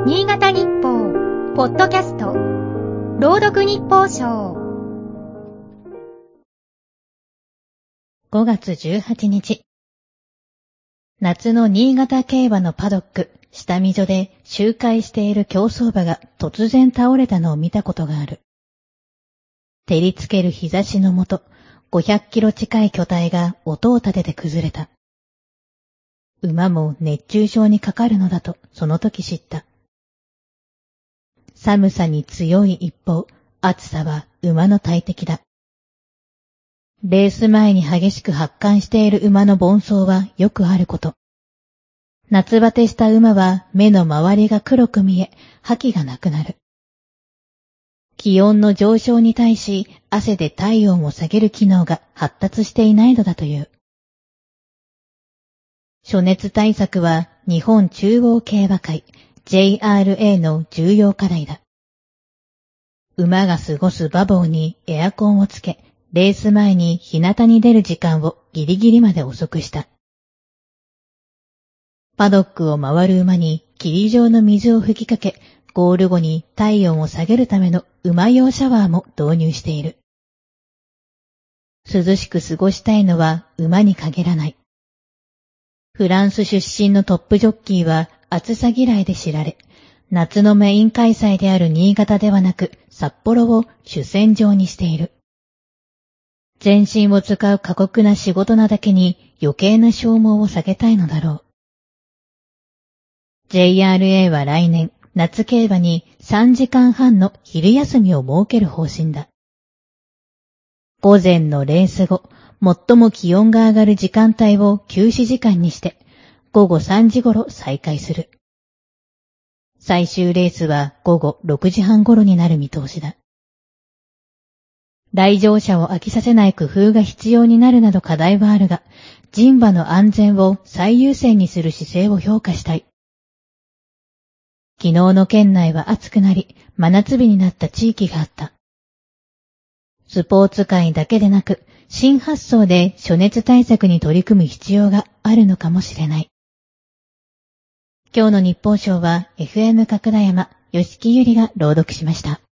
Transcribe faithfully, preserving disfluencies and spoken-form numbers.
新潟日報ポッドキャスト朗読日報賞ごがつじゅうはちにち、夏の新潟競馬のパドック下見所で周回している競走馬が突然倒れたのを見たことがある。照りつける日差しのもと、ごひゃくキロ近い巨体が音を立てて崩れた。馬も熱中症にかかるのだとその時知った。寒さに強い一方、暑さは馬の大敵だ。レース前に激しく発汗している馬の奔走はよくあること。夏バテした馬は目の周りが黒く見え、覇気がなくなる。気温の上昇に対し、汗で体温を下げる機能が発達していないのだという。暑熱対策は日本中央競馬会 ジェイアールエー の重要課題だ。馬が過ごす馬房にエアコンをつけ、レース前に日向に出る時間をギリギリまで遅くした。パドックを回る馬に霧状の水を吹きかけ、ゴール後に体温を下げるための馬用シャワーも導入している。涼しく過ごしたいのは馬に限らない。フランス出身のトップジョッキーは暑さ嫌いで知られ、夏のメイン開催である新潟ではなく札幌を主戦場にしている。全身を使う過酷な仕事なだけに余計な消耗を避けたいのだろう。ジェイアールエー は来年夏競馬にさんじかんはんの昼休みを設ける方針だ。午前のレース後、最も気温が上がる時間帯を休止時間にして、ごごさんじ頃再開する。最終レースはごごろくじはん頃になる見通しだ。来場者を飽きさせない工夫が必要になるなど課題はあるが、人馬の安全を最優先にする姿勢を評価したい。昨日の県内は暑くなり、真夏日になった地域があった。スポーツ界だけでなく、新発想で暑熱対策に取り組む必要があるのかもしれない。今日の日報賞は エフエム 角田山、吉木由里が朗読しました。